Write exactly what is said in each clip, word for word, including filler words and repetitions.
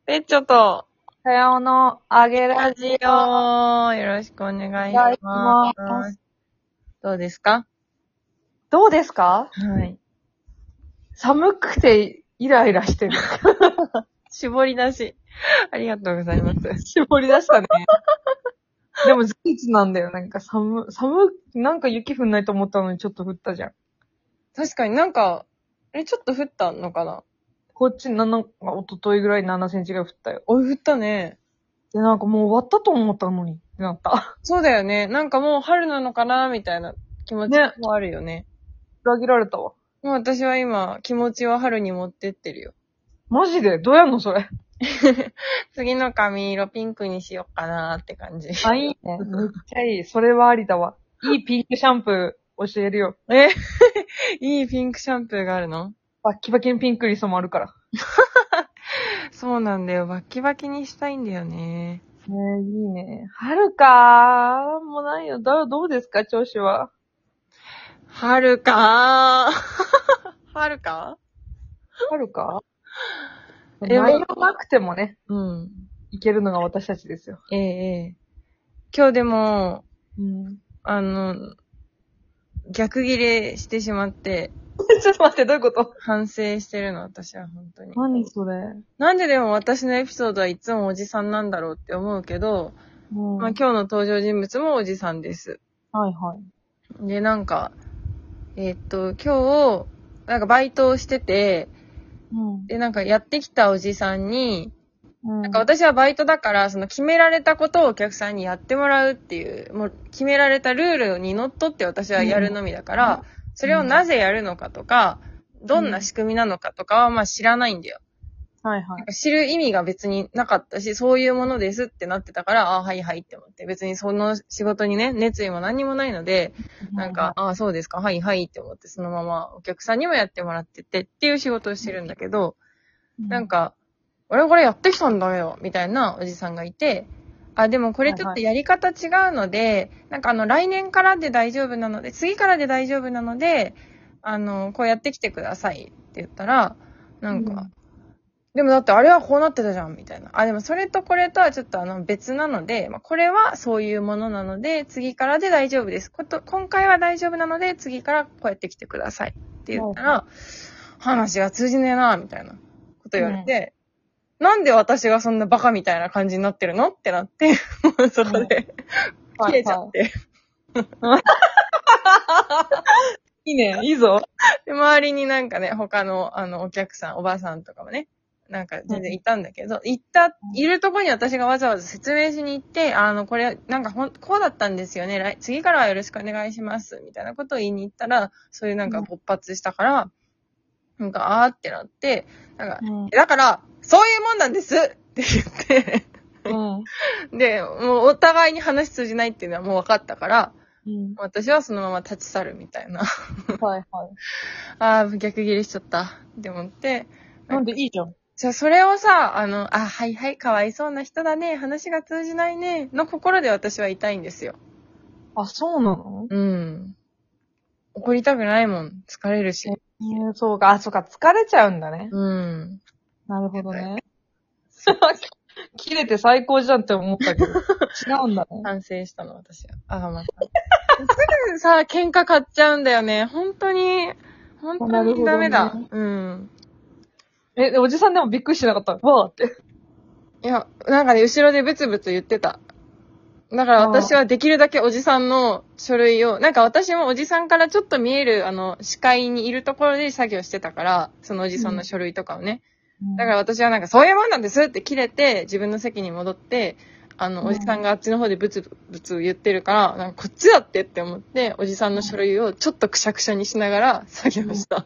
ペッチョと、 さようのあげララジオ、よろしくお願いします。どうですか？ どうですか？ はい。 寒くてイライラしてる。 絞り出し。ありがとうございます。 絞り出したね。でも事実なんだよ。なんか寒、寒、なんか雪降んないと思ったのにちょっと降ったじゃん。 確かになんか、え、ちょっと降ったのかな？ こっちなな、おとといぐらいななセンチが降ったよ。 おい、降ったね。 で、なんかもう終わったと思ったのにってなった。 そうだよね。なんかもう春なのかなみたいな気持ちもあるよね。 裏切られたわ。 もう私は今、気持ちは春に持ってってるよ。 マジでどうやんのそれ。 次の髪色ピンクにしようかなーって感じ。 あ、いいね。めっちゃいい。それはありだわ。いいピンクシャンプー教えるよ。 えいいピンクシャンプーがあるの？ バッキバキのピンクリソもあるから。 そうなんだよ。バッキバキにしたいんだよね。 ねえ、いいね。春かー。もうないよ。どう、どうですか調子は。 春かー。春か春かえ、 内容なくてもね、 うん。 いけるのが私たちですよ。 ええええ。今日でも、 うん。 あの、逆ギレしてしまって、 ちょっと待って、どういうこと反省してるの、私は本当に。 何それ。 なんででも私のエピソードはいつもおじさんなんだろうって思うけど、 うん。 まあ今日の登場人物もおじさんです。 はいはい。 で、なんか、えーっと、今日、なんかバイトをしてて、 うん。 で、なんかやってきたおじさんに、 うん。 なんか私はバイトだから、その決められたことをお客さんにやってもらうっていう、もう決められたルールにのっとって私はやるのみだから、それをなぜやるのかとか、どんな仕組みなのかとかはまあ知らないんだよ。 はいはい。 知る意味が別になかったし、そういうものですってなってたから、ああ、はいはいって思って、別にその仕事にね、熱意も何にもないので、なんか、ああ、そうですか、はいはいって思って、そのままお客さんにもやってもらっててっていう仕事をしてるんだけど、なんか、俺これやってきたんだよ、みたいなおじさんがいて、あ、でもこれちょっとやり方違うので、なんかあの、来年からで大丈夫なので、次からで大丈夫なので、あの、こうやってきてくださいって言ったら、なんか、でもだってあれはこうなってたじゃん、みたいな。あ、でもそれとこれとはちょっとあの別なので、まあ、これはそういうものなので、次からで大丈夫です。こと、今回は大丈夫なので、次からこうやってきてくださいって言ったら、話が通じねえな、みたいなこと言われて、なんで私がそんなバカみたいな感じになってるのってなって、もうそこで、切れちゃって。 いいね、いいぞ。 で、周りになんかね、他のあのお客さん、おばさんとかもね、なんか全然いたんだけど、行った、いるとこに私がわざわざ説明しに行って、あの、これ、なんかほん、こうだったんですよね。来次からはよろしくお願いします。みたいなことを言いに行ったら、そういうなんか勃発したから、なんか、あーってなって、なんか、 うん、 だから、そういうもんなんですって言って、うん、で、もうお互いに話通じないっていうのはもう分かったから、うん、私はそのまま立ち去るみたいな。はいはい。ああ、逆ギレしちゃったって思って。 なんでいいじゃん。 じゃあそれをさ、あの、あ、はいはい、かわいそうな人だね、話が通じないね、の心で私は痛いんですよ。 あ、そうなの？ うん。怒りたくないもん。疲れるし。 えー、そうか、あ、そうか、疲れちゃうんだね。 うん。 なるほどね。切れて最高じゃんって思ったけど。違うんだね。 反省したの、私は。あ、また。すぐさ、喧嘩買っちゃうんだよね。本当に、本当にダメだ。ね、うん。 え、おじさんでもびっくりしなかったわーって。 いや、なんかね、後ろでブツブツ言ってた。だから私はできるだけおじさんの書類を、なんか私もおじさんからちょっと見える、あの、視界にいるところで作業してたから、そのおじさんの書類とかをね。うん、だから私はなんか、そういうもんなんですって切れて、自分の席に戻って、あの、おじさんがあっちの方でブツブツ言ってるから、なんかこっちだってって思って、おじさんの書類をちょっとくしゃくしゃにしながら作業した。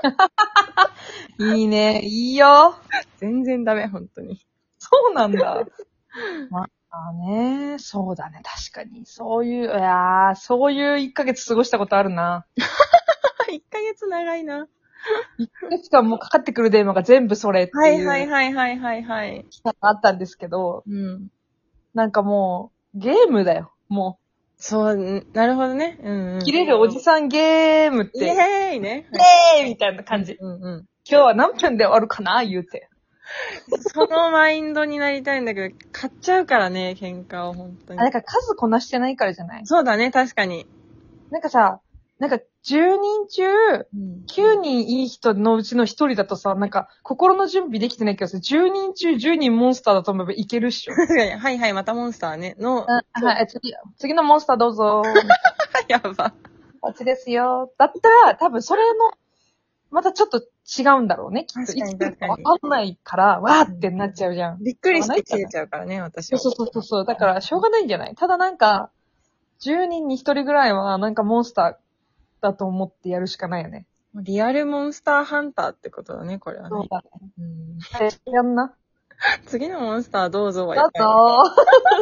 いいね、いいよ。 全然ダメ、本当に。 そうなんだ。まあね、そうだね、確かに。そういう、いやー、そういういっかげつ過ごしたことあるな。 いっかげつ長いな。 いっかげつかんもかかってくる電話が全部それっていう。 はいはいはいはいはい。 あったんですけど、うん。なんかもう、ゲームだよ、もう。 そう、なるほどね。うんうん。 切れるおじさんゲームって。 イエーイね。 イエーイみたいな感じ。 うんうん。 今日は何分で終わるかな言うて。 そののマインドになりたいんだけど、買っちゃうからね、喧嘩を本当に。 あ、だから数こなしてないからじゃない？ そうだね、確かに。 なんかさ、なんかじゅうにん中、きゅうにんいい人のうちのひとりだとさ、なんか心の準備できてないけどさ、じゅうにん中じゅうにんモンスターだと思えばいけるっしょ。 確かに。はいはい、またモンスターね。の、 はい、次、次のモンスターどうぞ。 やば。 こっちですよ。だったら、多分それの、またちょっと違うんだろうね。きっと。 確かにいつ来るか確かにわかんないから、わーってなっちゃうじゃん。 びっくりして切れちゃうからね、私は。 そうそうそうそう。だから、しょうがないんじゃない？ただなんか、じゅうにんにひとりぐらいは、なんかモンスターだと思ってやるしかないよね。 リアルモンスターハンターってことだね、これはね。 そうだね。 うん、 やんな。 次のモンスターどうぞはどうぞ。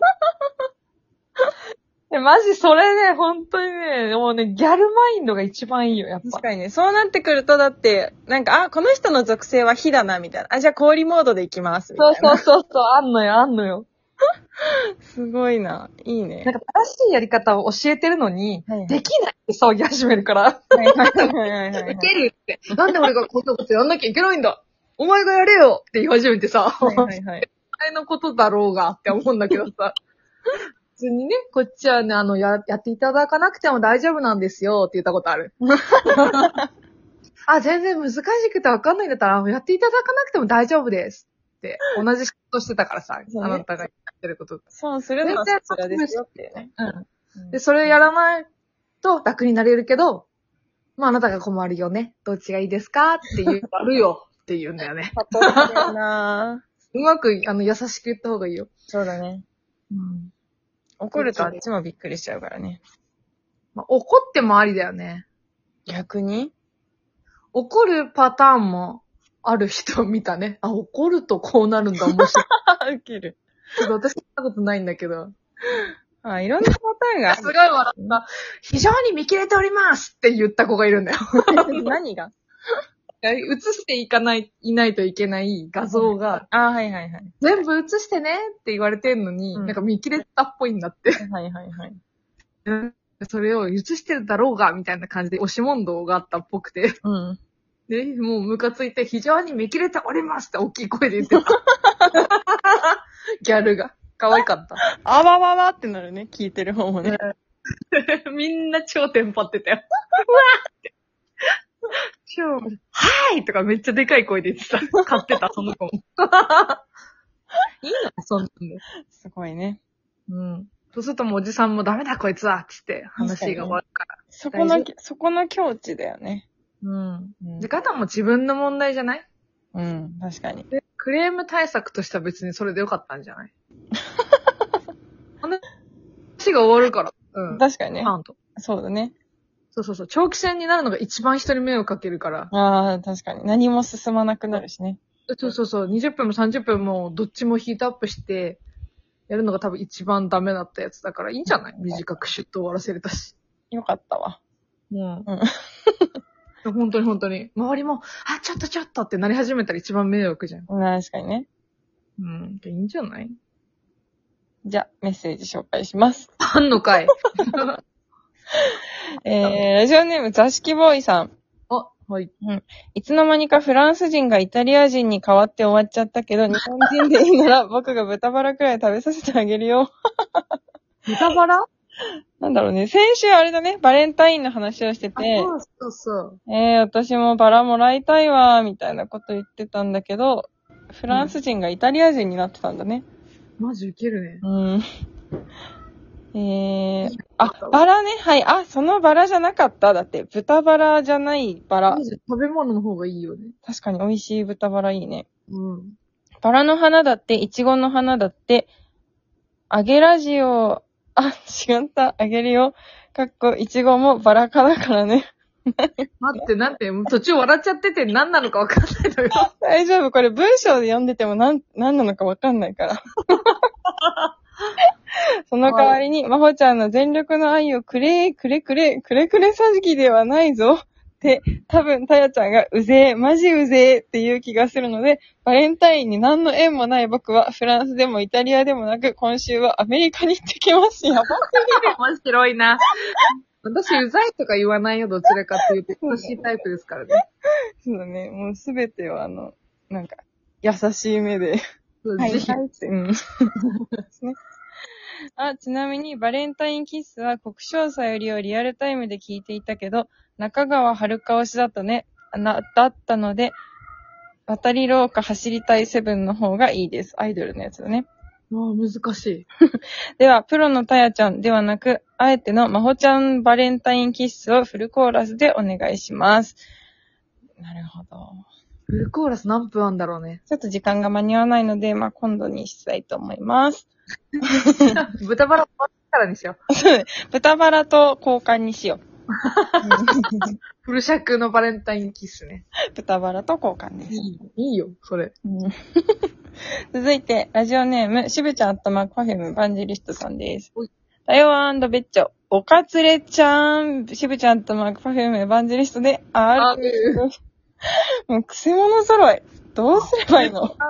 え、マジそれね、本当にね、もうね、ギャルマインドが一番いいよ、やっぱ。 確かにね。そうなってくると、だって、なんか、あ、この人の属性は火だな、みたいな。あ、じゃあ氷モードでいきます、みたいな。 そうそうそうそう、あんのよ、あんのよ。 すごいな。いいね。 なんか正しいやり方を教えてるのに、 はいはいできないって騒ぎ始めるから。 はいはいはいはいはい。 いけるって。なんで俺がこんなことやんなきゃいけないんだ。お前がやれよって言い始めてさ。 はいはいはい。 あれのことだろうがって思うんだけどさ。普通にね、こっちはね、あの、や、やっていただかなくても大丈夫なんですよって言ったことある。あ、全然難しくてわかんないんだったら、やっていただかなくても大丈夫ですって、同じ仕事してたからさ、 そうねあなたがやってること。 そうするのはそちらですよっていうね。 うん。で、それやらないと楽になれるけど、まああなたが困るよね。どっちがいいですかって言う、あるよって言うんだよね。 パトってるなうまく、あの、優しく言った方がいいよ。 そうだね。 うん。 怒るとあっちもびっくりしちゃうからね。 まあ、怒ってもありだよね。 逆に怒るパターンもある人を見たね。あ、怒るとこうなるんだ、面白い。 ウケる。 けど私そんなことないんだけど。 あ、いろんなパターンがある。 すごい笑った。非常に見切れておりますって言った子がいるんだよ。 何が映していかない、いないといけない画像が、 あ、はいはいはい。 全部映してねって言われてんのに、 うんなんか見切れたっぽいんだって。 はいはいはい。 それを映してるだろうが、みたいな感じで押し問答があったっぽくて。 うん。 で、もうムカついて非常に見切れておりますって大きい声で言ってた。ギャルが。可愛かった。 あわわわってなるね、聞いてる方もね。 みんな超テンパってたよ。うわーって。超、はーいとかめっちゃでかい声で言ってた。買ってた、その子も。いいのそんなんで。 すごいね。 うん。そうするともうおじさんもダメだこいつはつって話が終わるから。 そこの大丈、 そこの境地だよね。 うん。 うん出方も自分の問題じゃない？ うん、確かに。 で、クレーム対策としては別にそれでよかったんじゃない？話が終わるから。うん。 確かにね。 パンと。 そうだね。 そうそうそう。長期戦になるのが一番人に迷惑かけるから。 ああ、確かに。何も進まなくなるしね。 そうそうそう。にじゅっぷんもさんじゅっぷんもどっちもヒートアップして、やるのが多分一番ダメだったやつだからいいんじゃない？短くシュッと終わらせれたし。 よかったわ。 うん。 うん。 本当に本当に。周りも、あ、ちょっとちょっとってなり始めたら一番迷惑じゃん。 確かにね。 うん。いいんじゃない？ じゃあ、メッセージ紹介します。 あんのかい。 えー、ラジオネーム座敷ボーイさん。 あ、はい。 いつの間にかフランス人がイタリア人に変わって終わっちゃったけど、日本人でいいなら僕が豚バラくらい食べさせてあげるよ。 豚バラ？ なんだろうね。先週あれだね、バレンタインの話をしてて、 そうそうそう。 えー、私もバラもらいたいわ、みたいなこと言ってたんだけど、フランス人がイタリア人になってたんだね。 マジウケるね。 うん。えー、あ、バラね。はい。あ、そのバラじゃなかった。だって、豚バラじゃないバラマ。ジ食べ物の方がいいよね。 確かに美味しい豚バラいいね。 うん。 バラの花だって、イチゴの花だって、あげラジオ、あ、違った、あげるよ。かっこ、イチゴもバラ科だからね。 待って、なんて、途中笑っちゃってて何なのかわかんないのよ。 大丈夫。これ文章で読んでてもなん、なんなのかわかんないから。その代わりに、まほちゃんの全力の愛をくれー、くれくれ、くれくれさじきではないぞ。って、多分、たやちゃんがうぜえ、マジうぜえっていう気がするので、バレンタインに何の縁もない僕は、フランスでもイタリアでもなく、今週はアメリカに行ってきます。やばすぎる。 面白いな。私、うざいとか言わないよ、どちらかっていうと。優しいタイプですからね。 そうだね。もうすべては、あの、なんか、優しい目ではい、 ぜひ。 はいって、うん。ですね。あ、ちなみに、バレンタインキッスは国章さよりをリアルタイムで聞いていたけど、中川遥推しだったね、な、だったので、渡り廊下走りたいセブンの方がいいです。アイドルのやつだね。 ああ、難しい。 では、プロのたやちゃんではなく、あえてのまほちゃんバレンタインキッスをフルコーラスでお願いします。なるほど。 フルコーラス何分あんだろうね。 ちょっと時間が間に合わないので、まあ、今度にしたいと思います。 豚バラ終わったらにしよう。 豚バラと交換にしよう。 フル尺のバレンタインキッスね。 豚バラと交換です。 いい、いいよ、それ。 うん続いて、ラジオネーム、しぶちゃんアットマークパフェムバンジリストさんです。台湾ベッチョ、おかつれちゃん、しぶちゃんアットマークパフェムバンジリストで、あーもう、くせ者揃い。どうすればいいの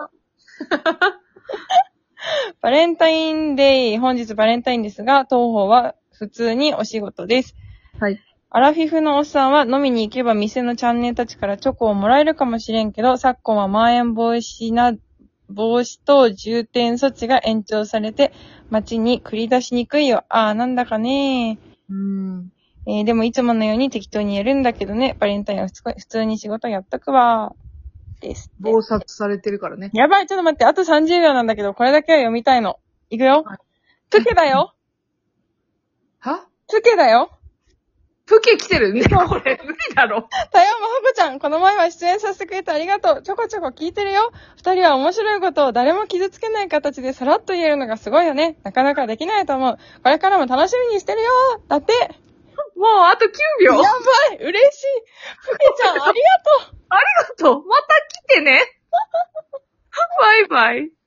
バレンタインデー、本日バレンタインですが、当方は普通にお仕事です。 はい。 アラフィフのおっさんは飲みに行けば店のチャンネルたちからチョコをもらえるかもしれんけど、昨今はまん延防止な、防止等重点措置が延長されて、街に繰り出しにくいよ。ああ、なんだかねうーん。 えー、でもいつものように適当にやるんだけどね、バレンタインは普通に仕事やっとくわ。です。 暴殺されてるからね。 やばい、ちょっと待って、あとさんじゅうびょうなんだけど、これだけは読みたいの。いくよ。 はい、 プケだよ。 はプケだよ。 プケ来てるね、これ。無理だろ。 たよまほこちゃん、この前は出演させてくれてありがとう。ちょこちょこ聞いてるよ。二人は面白いことを誰も傷つけない形でさらっと言えるのがすごいよね。なかなかできないと思う。これからも楽しみにしてるよ。だって。 もうあときゅうびょう。 やばい、嬉しい。プケちゃん、ありがとう。 ありがとう。また来てね。バイバイ。